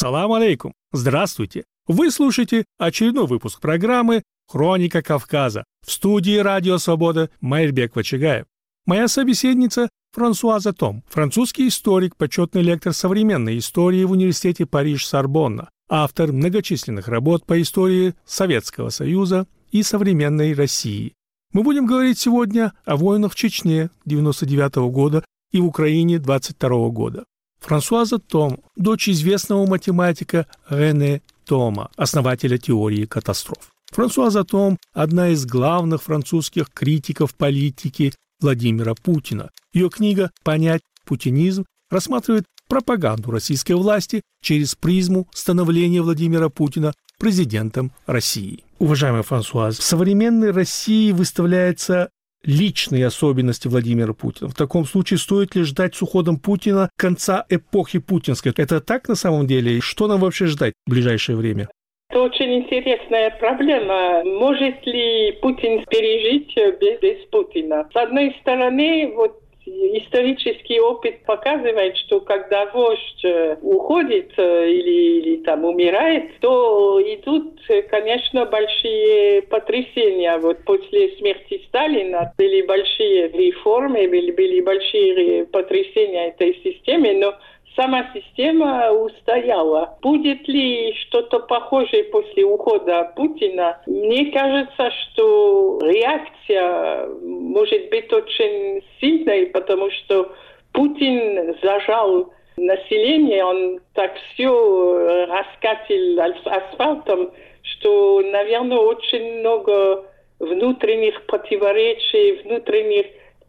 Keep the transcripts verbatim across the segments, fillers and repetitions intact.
Салам алейкум. Здравствуйте. Вы слушаете очередной выпуск программы «Хроника Кавказа». В студии «Радио Свобода» Майрбек Вачагаев. Моя собеседница Франсуаза Том, французский историк, почетный лектор современной истории в университете Париж-Сорбонна, автор многочисленных работ по истории Советского Союза и современной России. Мы будем говорить сегодня о войнах в Чечне девяносто девятого года и в Украине двадцать второго года. Франсуаза Том – дочь известного математика Рене Тома, основателя теории катастроф. Франсуаза Том – одна из главных французских критиков политики Владимира Путина. Ее книга «Понять путинизм» рассматривает пропаганду российской власти через призму становления Владимира Путина президентом России. Уважаемый Франсуаз, в современной России выставляется личные особенности Владимира Путина. В таком случае стоит ли ждать с уходом Путина конца эпохи путинской? Это так на самом деле? Что нам вообще ждать в ближайшее время? Это очень интересная проблема. Может ли Путин пережить без, без Путина? С одной стороны, вот исторический опыт показывает, что когда вождь уходит или, или там умирает, то идут, конечно, большие потрясения. Вот после смерти Сталина были большие реформы, были, были большие потрясения этой системы, но сама система устояла. Будет ли что-то похожее после ухода Путина? Мне кажется, что реакция может быть очень сильной, потому что Путин зажал население, он так все раскатил асфальтом, что, наверное, очень много внутренних противоречий, внутренних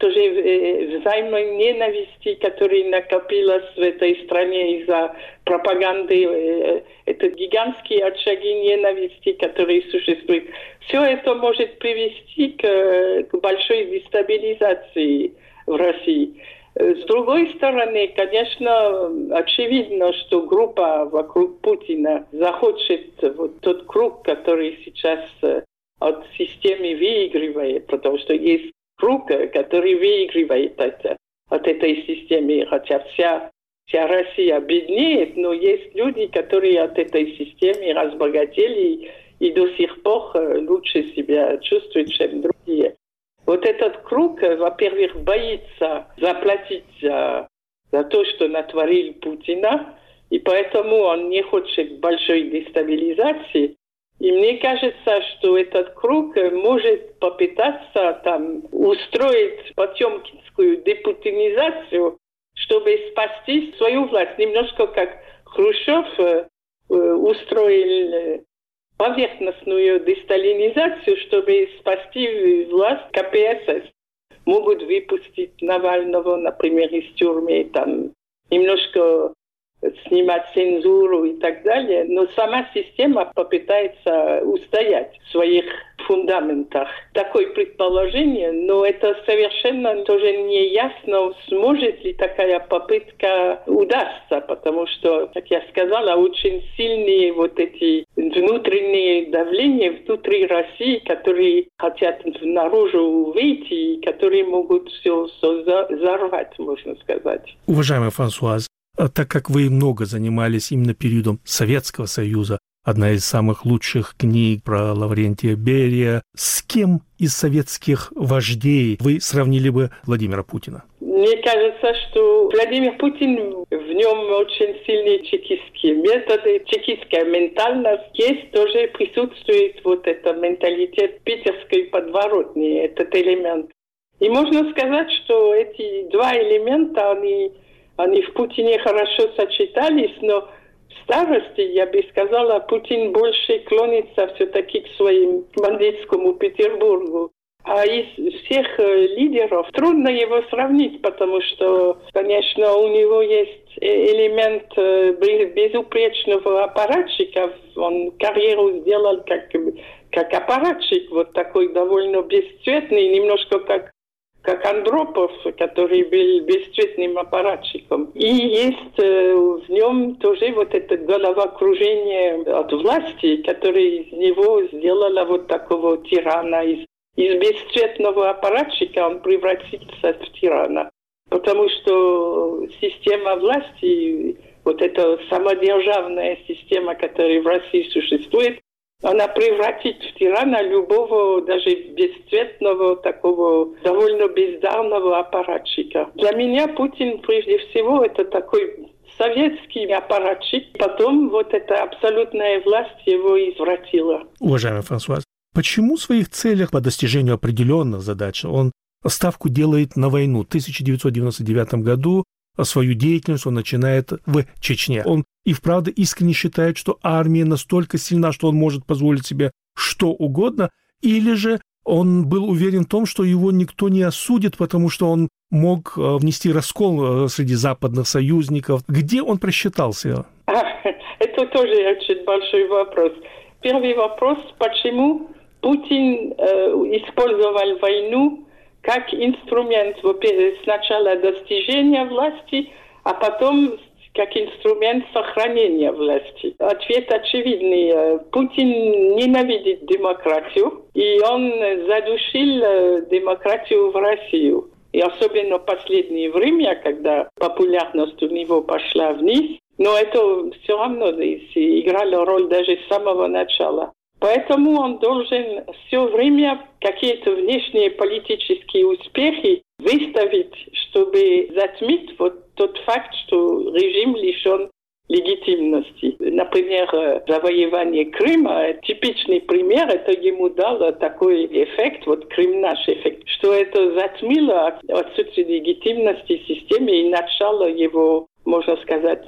тоже взаимной ненависти, которая накопилась в этой стране из-за пропаганды. Это гигантские очаги ненависти, которые существуют. Все это может привести к, к большой дестабилизации в России. С другой стороны, конечно, очевидно, что группа вокруг Путина захочет вот тот круг, который сейчас от системы выигрывает, потому что есть круг, который выигрывает это, от этой системы. Хотя вся, вся Россия беднеет, но есть люди, которые от этой системы разбогатели и до сих пор лучше себя чувствуют, чем другие. Вот этот круг, во-первых, боится заплатить за, за то, что натворил Путина, и поэтому он не хочет большой дестабилизации. И мне кажется, что этот круг может попытаться там устроить потемкинскую депутинизацию, чтобы спасти свою власть. Немножко как Хрущев э, устроил поверхностную десталинизацию, чтобы спасти власть. ка пэ эс эс могут выпустить Навального, например, из тюрьмы, там немножко снимать цензуру и так далее, но сама система попытается устоять в своих фундаментах. Такое предположение, но это совершенно тоже не ясно, сможет ли такая попытка удастся, потому что, как я сказала, очень сильные вот эти внутренние давления внутри России, которые хотят наружу выйти и которые могут все взорвать, можно сказать. Уважаемый Франсуаз, так как вы много занимались именно периодом Советского Союза, одна из самых лучших книг про Лаврентия Берия, с кем из советских вождей вы сравнили бы Владимира Путина? Мне кажется, что Владимир Путин, в нем очень сильные чекистские методы, чекистская ментальность. Есть тоже присутствует вот этот менталитет питерской подворотни, этот элемент. И можно сказать, что эти два элемента, они Они в Путине хорошо сочетались, но в старости, я бы сказала, Путин больше клонится все-таки к своему бандитскому Петербургу. А из всех лидеров трудно его сравнить, потому что, конечно, у него есть элемент безупречного аппаратчика. Он карьеру сделал как, как аппаратчик, вот такой довольно бесцветный, немножко как как Андропов, который был бесцветным аппаратчиком. И есть э, в нем тоже вот это головокружение от власти, которое из него сделало вот такого тирана. Из, из бесцветного аппаратчика он превратился в тирана. Потому что система власти вот эта самодержавная система, которая в России существует, она превратит в тирана любого, даже бесцветного, такого довольно бездарного аппаратчика. Для меня Путин, прежде всего, это такой советский аппаратчик. Потом вот эта абсолютная власть его извратила. Уважаемый Франсуаз, почему в своих целях по достижению определенных задач он ставку делает на войну? В тысяча девятьсот девяносто девятом году свою деятельность он начинает в Чечне. Он и вправду искренне считает, что армия настолько сильна, что он может позволить себе что угодно, или же он был уверен в том, что его никто не осудит, потому что он мог внести раскол среди западных союзников. Где он просчитался? Это тоже очень большой вопрос. Первый вопрос, почему Путин э, использовал войну как инструмент сначала достижения власти, а потом как инструмент сохранения власти. Ответ очевидный. Путин ненавидит демократию, и он задушил демократию в Россию. И особенно в последнее время, когда популярность у него пошла вниз, но это все равно играло роль даже с самого начала. Поэтому он должен все время какие-то внешние политические успехи выставить, чтобы затмить вот тот факт, что режим лишен легитимности. Например, завоевание Крыма, типичный пример, это ему дало такой эффект, вот Крым наш эффект, что это затмило отсутствие легитимности системы и начало его, можно сказать,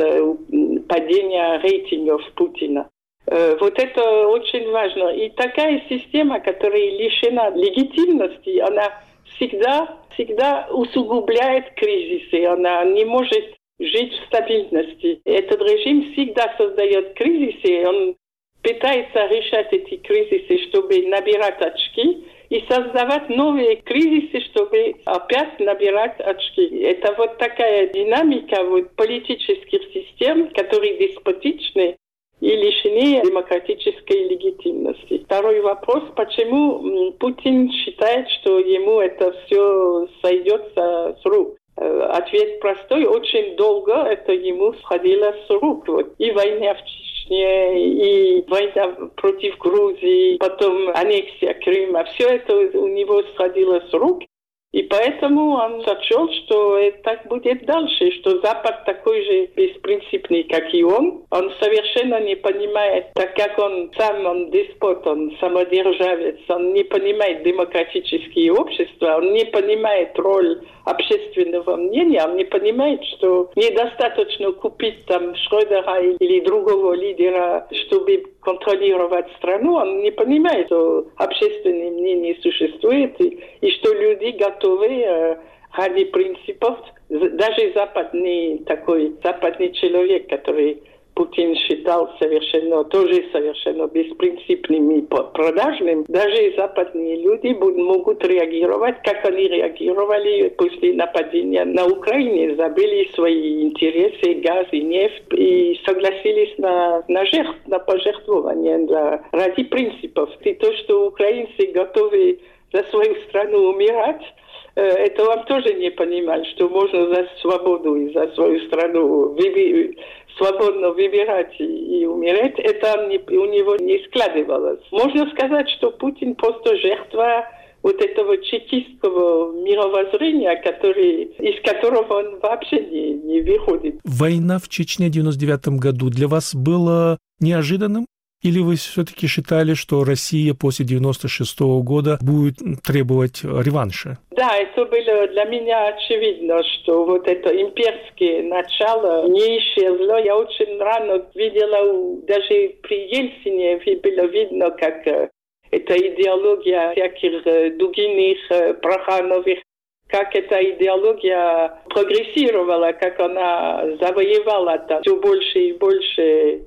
падения рейтингов Путина. Вот это очень важно. И такая система, которая лишена легитимности, она всегда, всегда усугубляет кризисы. Она не может жить в стабильности. Этот режим всегда создает кризисы. Он пытается решать эти кризисы, чтобы набирать очки, и создавать новые кризисы, чтобы опять набирать очки. Это вот такая динамика вот политических систем, которые деспотичны и лишены демократической легитимности. Второй вопрос, почему Путин считает, что ему это все сойдет с рук? Ответ простой, очень долго это ему сходило с рук. Вот. И война в Чечне, и война против Грузии, потом аннексия Крыма, все это у него сходило с рук. И поэтому он сочел, что так будет дальше, что Запад такой же беспринципный, как и он. Он совершенно не понимает, так как он сам, он деспот, он самодержавец, он не понимает демократические общества, он не понимает роль общественного мнения, он не понимает, что недостаточно купить там Шрёдера или другого лидера, чтобы контролировать страну. Он не понимает, что общественное мнение существует и, и что люди готовы э, ради принципов. Даже западный такой западный человек, который Путин считал совершенно, тоже совершенно беспринципным и продажным, даже западные люди могут реагировать, как они реагировали после нападения на Украину, забыли свои интересы, газ и нефть, и согласились на, на, жертв, на пожертвования для, ради принципов. И то, что украинцы готовы за свою страну умирать, это он тоже не понимал, что можно за свободу и за свою страну выби- свободно выбирать и, и умереть. Это не, у него не складывалось. Можно сказать, что Путин просто жертва вот этого чекистского мировоззрения, который, из которого он вообще не, не выходит. Война в Чечне в девяносто девятом году для вас была неожиданным? Или вы все-таки считали, что Россия после девяносто шестого года будет требовать реванша? Да, это было для меня очевидно, что вот это имперское начало не исчезло. Я очень рано видела, даже при Ельцине было видно, как эта идеология всяких Дугиных, Прохановых, как эта идеология прогрессировала, как она завоевала там все больше и больше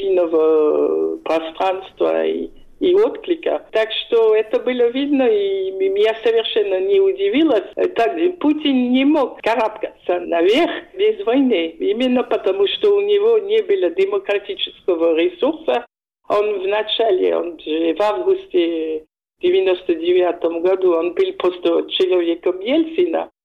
медийного пространства и, и отклика. Так что это было видно, и я совершенно не удивилась. Так, Путин не мог карабкаться наверх без войны, именно потому что у него не было демократического ресурса. Он в начале, он же в августе девяносто девятом году, он был просто человеком Ельцина.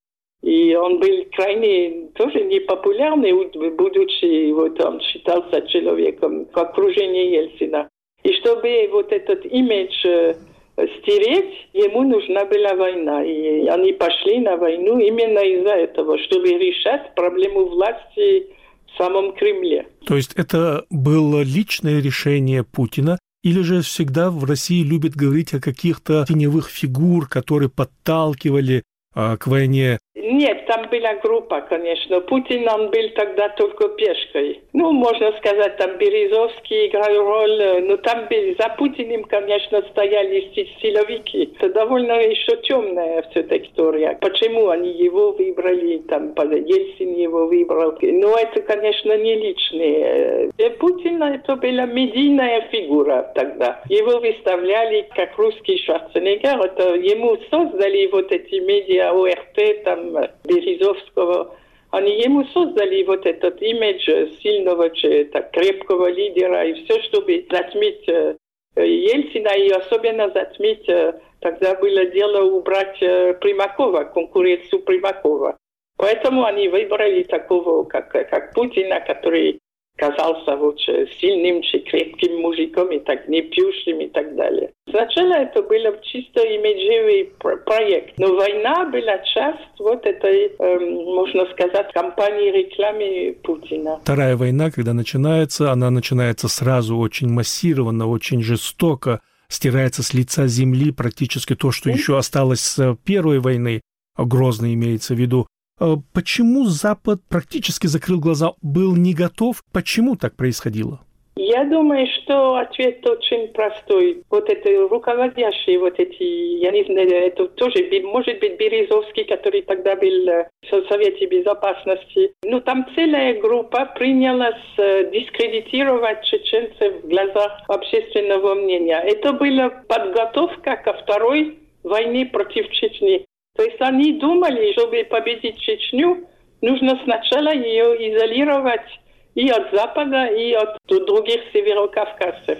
И он был крайне тоже непопулярный, будучи, вот он считался человеком в окружении Ельцина. И чтобы вот этот имидж э, стереть, ему нужна была война. И они пошли на войну именно из-за этого, чтобы решать проблему власти в самом Кремле. То есть это было личное решение Путина? Или же всегда в России любят говорить о каких-то теневых фигур, которые подталкивали а, к войне? Нет, там была группа, конечно. Путин, он был тогда только пешкой. Ну, можно сказать, там Березовский играл роль, но там был, за Путиным, конечно, стояли силовики. Это довольно еще темная вся эта история. Почему они его выбрали, там, Ельцин его выбрал. Но это, конечно, не личные. И Путин, это была медийная фигура тогда. Его выставляли как русский Шварценеггер. Это ему создали вот эти медиа ОРТ, там, Березовского. Они ему создали вот этот имидж сильного, так, крепкого лидера, и все, чтобы затмить э, Ельцина, и особенно затмить, э, тогда было дело убрать э, Примакова, конкуренцию Примакова. Поэтому они выбрали такого, как, как Путина, который казался вот сильным, крепким мужиком, и так, не пьющим и так далее. Сначала это был чисто имиджевый проект, но война была часть вот этой, э, можно сказать, кампании рекламы Путина. Вторая война, когда начинается, она начинается сразу очень массированно, очень жестоко, стирается с лица земли практически то, что еще осталось с первой войны, Грозный имеется в виду. Почему Запад практически закрыл глаза, был не готов? Почему так происходило? Я думаю, что ответ очень простой. Вот это руководящие, вот эти, я не знаю, это тоже, может быть, Березовский, который тогда был в Совете Безопасности. Ну, там целая группа принялась дискредитировать чеченцев в глазах общественного мнения. Это была подготовка ко второй войне против Чечни. То есть они думали, чтобы победить Чечню, нужно сначала ее изолировать и от Запада, и от других северокавказцев.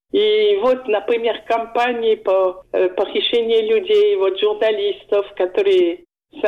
И вот, например, кампании по э, похищению людей, вот журналистов, которые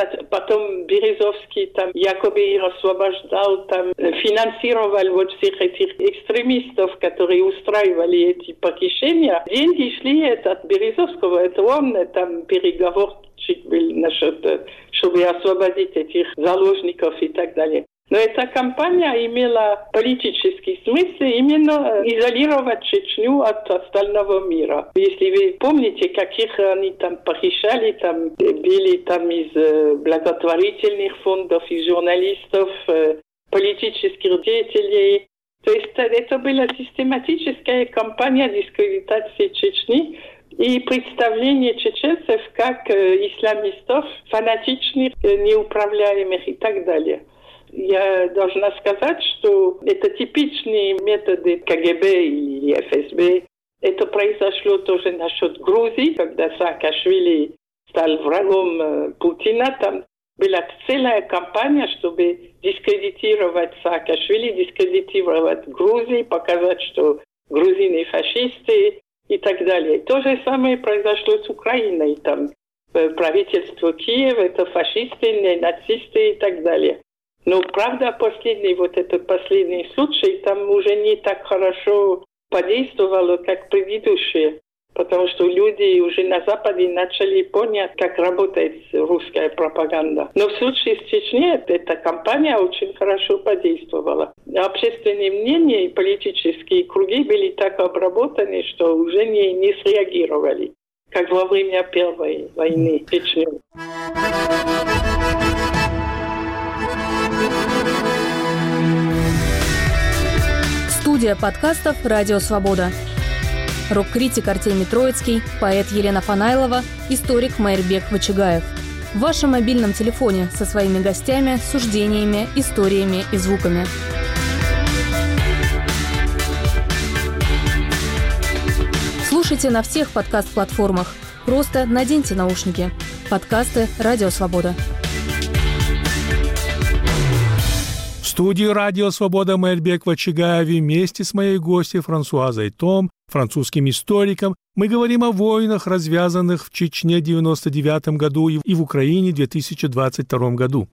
потом Березовский там якобы их освобождал, там финансировал вот всех этих экстремистов, которые устраивали эти похищения. Деньги шли от Березовского, это он там переговорчик был насчет, чтобы освободить этих заложников и так далее. Но эта кампания имела политический смысл именно изолировать Чечню от остального мира. Если вы помните, каких они там похищали, там были там из благотворительных фондов, из журналистов, политических деятелей. То есть это была систематическая кампания дискредитации Чечни и представление чеченцев как исламистов, фанатичных, неуправляемых и так далее. Я должна сказать, что это типичные методы КГБ или эф эс бэ. Это произошло тоже насчет Грузии, когда Саакашвили стал врагом Путина. Там была целая кампания, чтобы дискредитировать Саакашвили, дискредитировать Грузию, показать, что грузины фашисты и так далее. То же самое произошло с Украиной. Там правительство Киева, это фашисты, нацисты и так далее. Но, правда, последний, вот этот последний случай, там уже не так хорошо подействовало, как предыдущие, потому что люди уже на Западе начали понять, как работает русская пропаганда. Но в случае с Чечней эта кампания очень хорошо подействовала. Общественное мнение и политические круги были так обработаны, что уже не, не среагировали, как во время Первой войны в Чечне. Студия подкастов «Радио Свобода». Рок-критик Артемий Троицкий, поэт Елена Фанайлова, историк Майрбек Вачигаев. В вашем мобильном телефоне со своими гостями, суждениями, историями и звуками. Слушайте на всех подкаст-платформах. Просто наденьте наушники. Подкасты «Радио Свобода». В студии «Радио Свобода» Майрбек Вачигаев вместе с моей гостьей Франсуазой Том, французским историком, мы говорим о войнах, развязанных в Чечне в девяносто девятом году и в Украине в две тысячи двадцать втором году.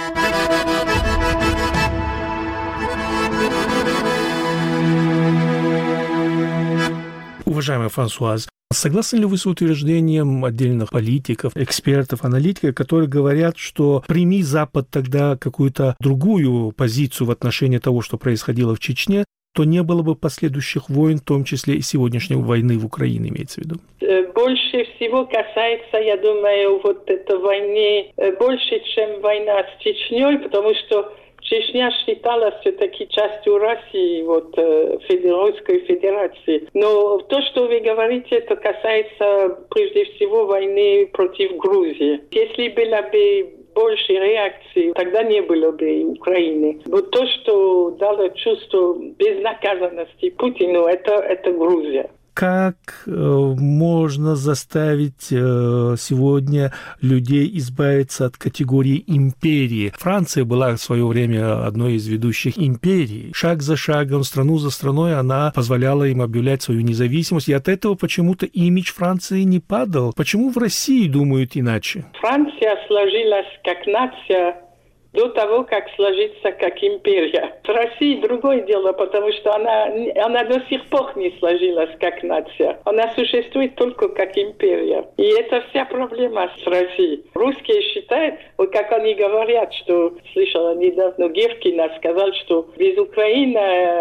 Уважаемая Франсуаз, согласны ли вы с утверждением отдельных политиков, экспертов, аналитиков, которые говорят, что прими Запад тогда какую-то другую позицию в отношении того, что происходило в Чечне, то не было бы последующих войн, в том числе и сегодняшней войны в Украине, имеется в виду? Больше всего касается, я думаю, вот этой войны больше, чем война с Чечней, потому что Чечня считалась все-таки частью России, вот, Федеральской Федерации. Но то, что вы говорите, это касается прежде всего войны против Грузии. Если была бы больше реакций, тогда не было бы Украины. Вот то, что дало чувство безнаказанности Путину, это, это Грузия. Как э, можно заставить э, сегодня людей избавиться от категории империи? Франция была в свое время одной из ведущих империй. Шаг за шагом, страну за страной она позволяла им объявлять свою независимость, и от этого почему-то имидж Франции не падал. Почему в России думают иначе? Франция сложилась как нация до того, как сложится как империя. В России другое дело, потому что она, она до сих пор не сложилась как нация. Она существует только как империя. И это вся проблема с Россией. Русские считают, вот как они говорят, что, слышала недавно, Гиркина сказал, что без Украины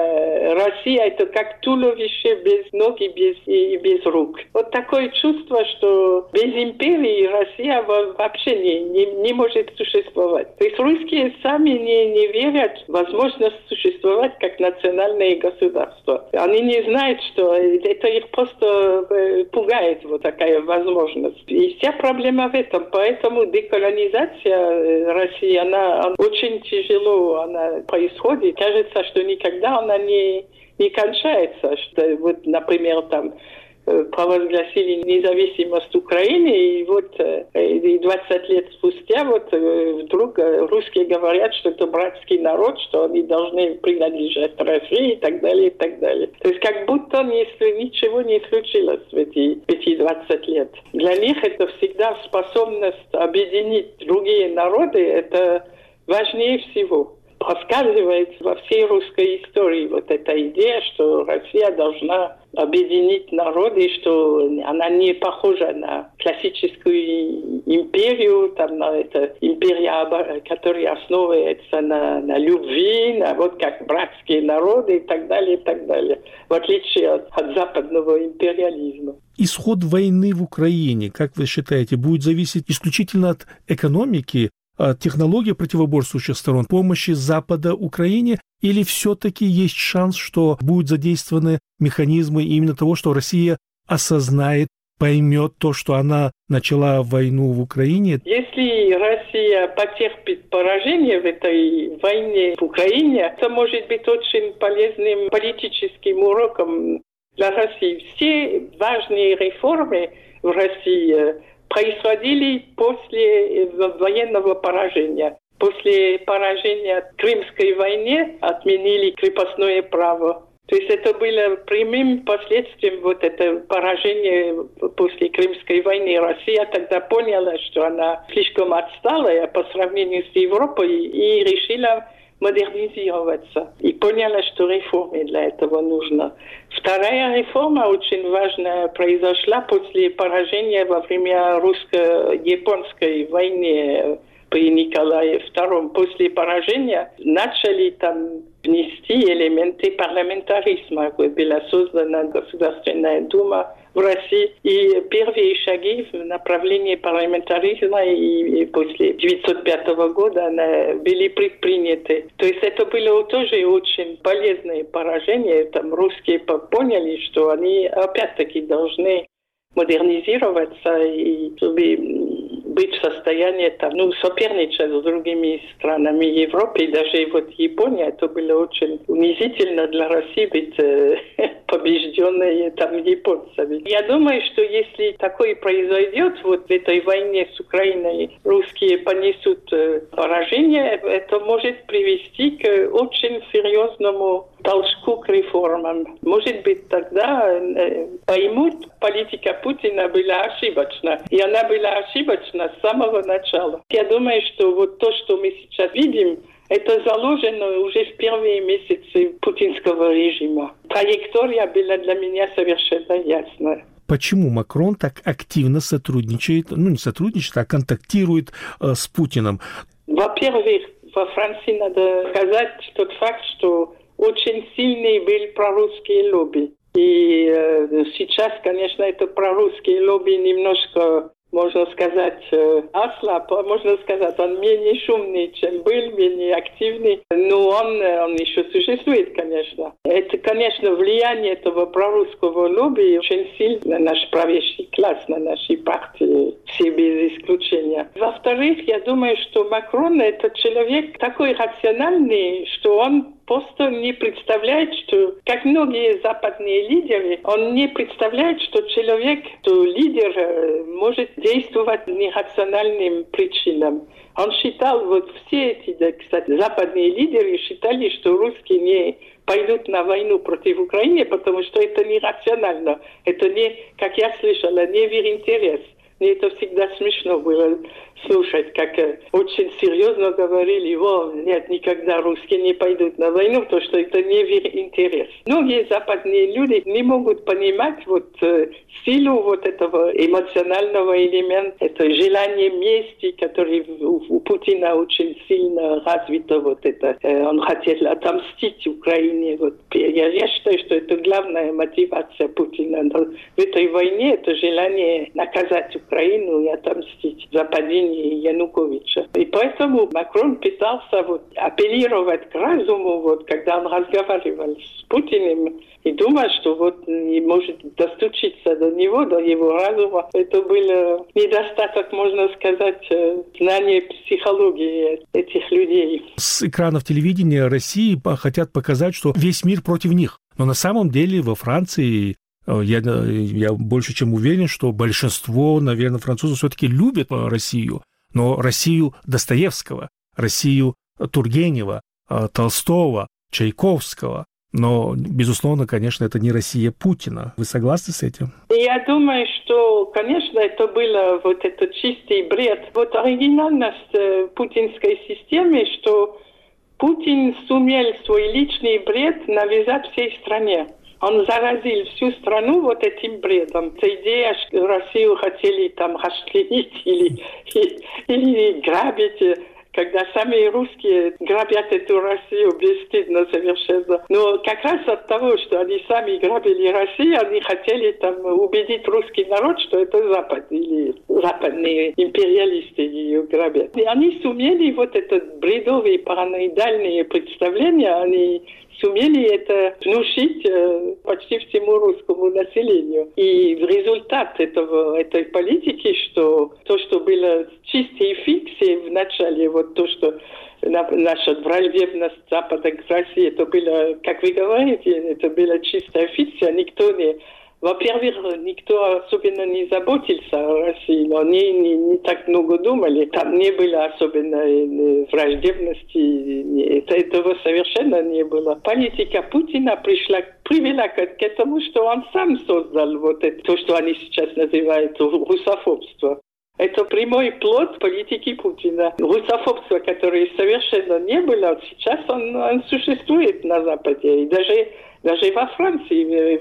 Россия это как туловище без ног и без, и без рук. Вот такое чувство, что без империи Россия вообще не, не, не может существовать. То есть русские сами не, не верят в возможность существовать как национальное государство. Они не знают, что это их просто пугает, вот такая возможность. И вся проблема в этом. Поэтому деколонизация России, она, она очень тяжело она происходит. Кажется, что никогда она не, не кончается. Что, вот, например, там провозгласили независимость Украины, и вот двадцать лет спустя вот вдруг русские говорят, что это братский народ, что они должны принадлежать России и так далее, и так далее. То есть как будто ничего не случилось в эти, эти двадцать лет. Для них это всегда способность объединить другие народы, это важнее всего. Проскальзывает во всей русской истории вот эта идея, что Россия должна объединить народы, что она не похожа на классическую империю, там, на это империя, которая основывается на, на любви, на вот как братские народы и так далее, и так далее, в отличие от, от западного империализма. Исход войны в Украине, как вы считаете, будет зависеть исключительно от экономики, от технологий противоборствующих сторон, помощи Запада Украине, или все-таки есть шанс, что будут задействованы механизмы именно того, что Россия осознает, поймет то, что она начала войну в Украине? Если Россия потерпит поражение в этой войне в Украине, это может быть очень полезным политическим уроком для России. Все важные реформы в России происходили после военного поражения. После поражения в Крымской войне отменили крепостное право. То есть это было прямым последствием вот этого поражения после Крымской войны. Россия тогда поняла, что она слишком отстала по сравнению с Европой и решила модернизироваться. И поняла, что реформы для этого нужно. Вторая реформа очень важная произошла после поражения во время русско-японской войны при Николае втором. После поражения начали там внести элементы парламентаризма. Была создана Государственная Дума в России. И первые шаги в направлении парламентаризма и, и после девятьсот пятого года были предприняты. То есть это было тоже очень полезное поражение. Там русские поняли, что они опять-таки должны модернизироваться и чтобы быть в состоянии там, ну, соперничать с другими странами Европы, и даже вот Япония, это было очень унизительно для России быть э, побежденные там японцами. Я думаю, что если такое произойдет, вот в этой войне с Украиной русские понесут поражение, это может привести к очень серьезному толчку к реформам. Может быть, тогда э, поймут, политика Путина была ошибочна. И она была ошибочна с самого начала. Я думаю, что вот то, что мы сейчас видим, это заложено уже в первые месяцы путинского режима. Траектория была для меня совершенно ясна. Почему Макрон так активно сотрудничает, ну не сотрудничает, а контактирует э, с Путиным? Во-первых, во Франции надо сказать тот факт, что очень сильный был прорусский лобби. И э, сейчас, конечно, это прорусский лобби немножко, можно сказать, э, ослаб. Можно сказать, он менее шумный, чем был, менее активный. Но он, он еще существует, конечно. Это, конечно, влияние этого прорусского лобби очень сильно на наш правящий класс, на наши партии, все без исключения. Во-вторых, я думаю, что Макрон – это человек такой рациональный, что он просто не представляет, что, как многие западные лидеры, он не представляет, что человек, что лидер может действовать нерациональным причинам. Он считал, вот все эти, да, кстати, западные лидеры считали, что русские не пойдут на войну против Украины, потому что это нерационально. Это не, как я слышала, не в их интерес. Мне это всегда смешно было слушать, как э, очень серьезно говорили: «О, нет, никогда русские не пойдут на войну, потому что это не в их интерес». Многие западные люди не могут понимать вот э, силу вот этого эмоционального элемента, это желание мести, которое у, у Путина очень сильно развито. Вот это. Э, он хотел отомстить Украине. Вот. Я, я считаю, что это главная мотивация Путина. Но в этой войне это желание наказать Украину и отомстить за падение Януковича. И поэтому Макрон пытался вот апеллировать к разуму, вот, когда он разговаривал с Путиным, и думал, что вот не может достучиться до него, до его разума. Это был недостаток, можно сказать, знания психологии этих людей. С экранов телевидения России хотят показать, что весь мир против них. Но на самом деле во Франции Я, я больше чем уверен, что большинство, наверное, французов все-таки любят Россию, но Россию Достоевского, Россию Тургенева, Толстого, Чайковского. Но, безусловно, конечно, это не Россия Путина. Вы согласны с этим? Я думаю, что, конечно, это было вот этот чистый бред. Вот оригинальность путинской системы, что Путин сумел свой личный бред навязать всей стране. Он заразил всю страну вот этим бредом. Эта идея, что Россию хотели там расчленить или, или, или грабить, когда сами русские грабят эту Россию бесстыдно совершенно. Но как раз от того, что они сами грабили Россию, они хотели там убедить русский народ, что это Запад или западные империалисты ее грабят. И они сумели вот это бредовые параноидальные представления, они сумели это внушить э, почти всему русскому населению. И результат этого, этой политики, что то, что было чистой фикцией в начале, вот то, что на, наша враждебность Запада к России, это было, как вы говорите, это была чистая фикция, никто не... Во-первых, никто особенно не заботился о России, но они не, не так много думали. Там не было особенно враждебности, это, этого совершенно не было. Политика Путина пришла, привела к, к этому, что он сам создал вот это, то, что они сейчас называют русофобство. Это прямой плод политики Путина. Русофобство, которое совершенно не было, сейчас он, он существует на Западе. И даже Даже во Франции,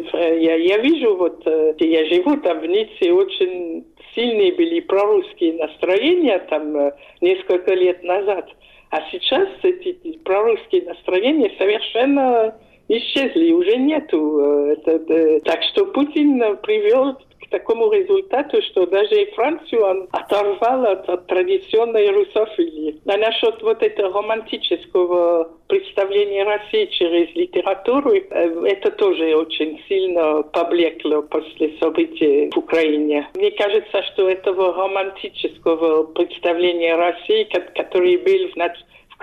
я, я вижу, вот, я живу там в Ницце, очень сильные были прорусские настроения там несколько лет назад. А сейчас эти прорусские настроения совершенно исчезли, уже нету. Это, это, так что Путин привел к такому результату, что даже Францию он оторвал от, от традиционной русофилии. А насчет вот этого романтического представления России через литературу, это тоже очень сильно поблекло после событий в Украине. Мне кажется, что этого романтического представления России, который был в, в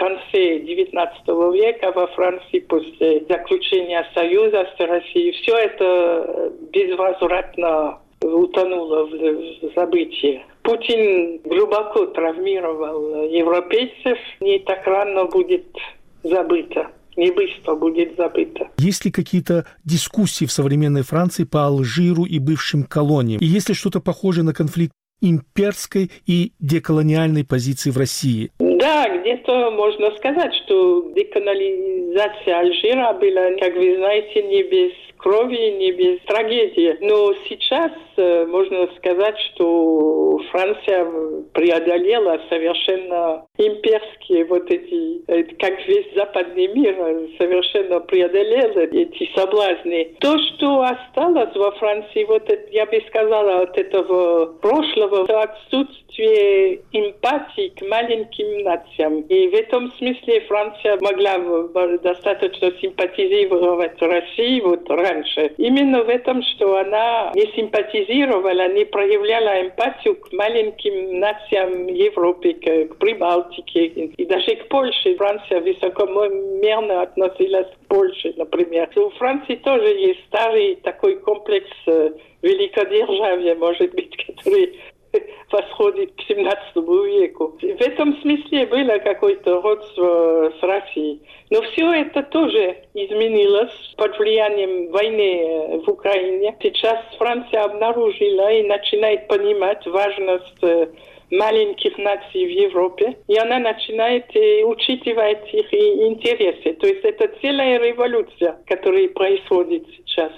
конце девятнадцатого века во Франции после заключения союза с Россией. Все это безвозвратно утонуло в забытие. Путин глубоко травмировал европейцев, не так рано будет забыто. Не быстро будет забыто. Есть ли какие-то дискуссии в современной Франции по Алжиру и бывшим колониям? И есть ли что-то похожее на конфликт имперской и деколониальной позиции в России? Да, где-то можно сказать, что деколонизация Алжира была, как вы знаете, не без крови, не без трагедии. Но сейчас э, можно сказать, что Франция преодолела совершенно имперские вот эти, э, как весь западный мир совершенно преодолел эти соблазны. То, что осталось во Франции, вот это, я бы сказала, от этого прошлого, это отсутствие эмпатии к маленьким нациям. И в этом смысле Франция могла достаточно симпатизировать России вот раньше. Именно в этом, что она не симпатизировала, не проявляла эмпатию к маленьким нациям Европы, к Прибалтике и даже к Польше. Франция высокомерно относилась к Польше, например. У Франции тоже есть старый такой комплекс великодержавия, может быть, который восходит к семнадцатому веку. В этом смысле было какое-то родство с Россией. Но все это тоже изменилось под влиянием войны в Украине. Сейчас Франция обнаружила и начинает понимать важность маленьких наций в Европе, и она начинает учитывать их интересы. То есть это целая революция, которая происходит сейчас.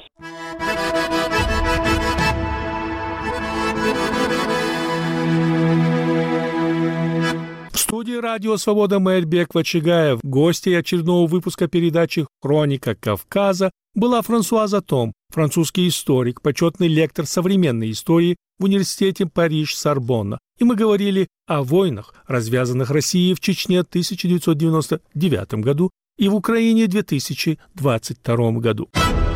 В студии «Радио Свобода» Майрбек Вачигаев. Гостьей очередного выпуска передачи «Хроника Кавказа» была Франсуаза Том, французский историк, почетный лектор современной истории в университете Париж-Сорбонна. И мы говорили о войнах, развязанных Россией в Чечне в тысяча девятьсот девяносто девятом году и в Украине в две тысячи двадцать втором году.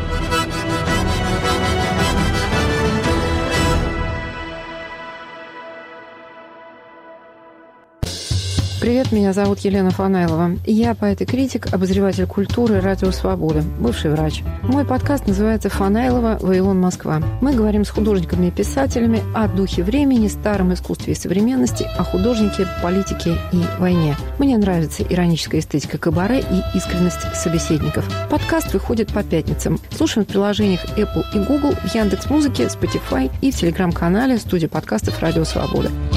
Привет, меня зовут Елена Фанайлова. Я поэт и критик, обозреватель культуры «Радио Свобода», бывший врач. Мой подкаст называется «Фанайлова. Вавилон. Москва». Мы говорим с художниками и писателями о духе времени, старом искусстве и современности, о художнике, политике и войне. Мне нравится ироническая эстетика кабаре и искренность собеседников. Подкаст выходит по пятницам. Слушаем в приложениях Apple и Google, в Яндекс.Музыке, Spotify и в телеграм-канале студии подкастов «Радио Свобода».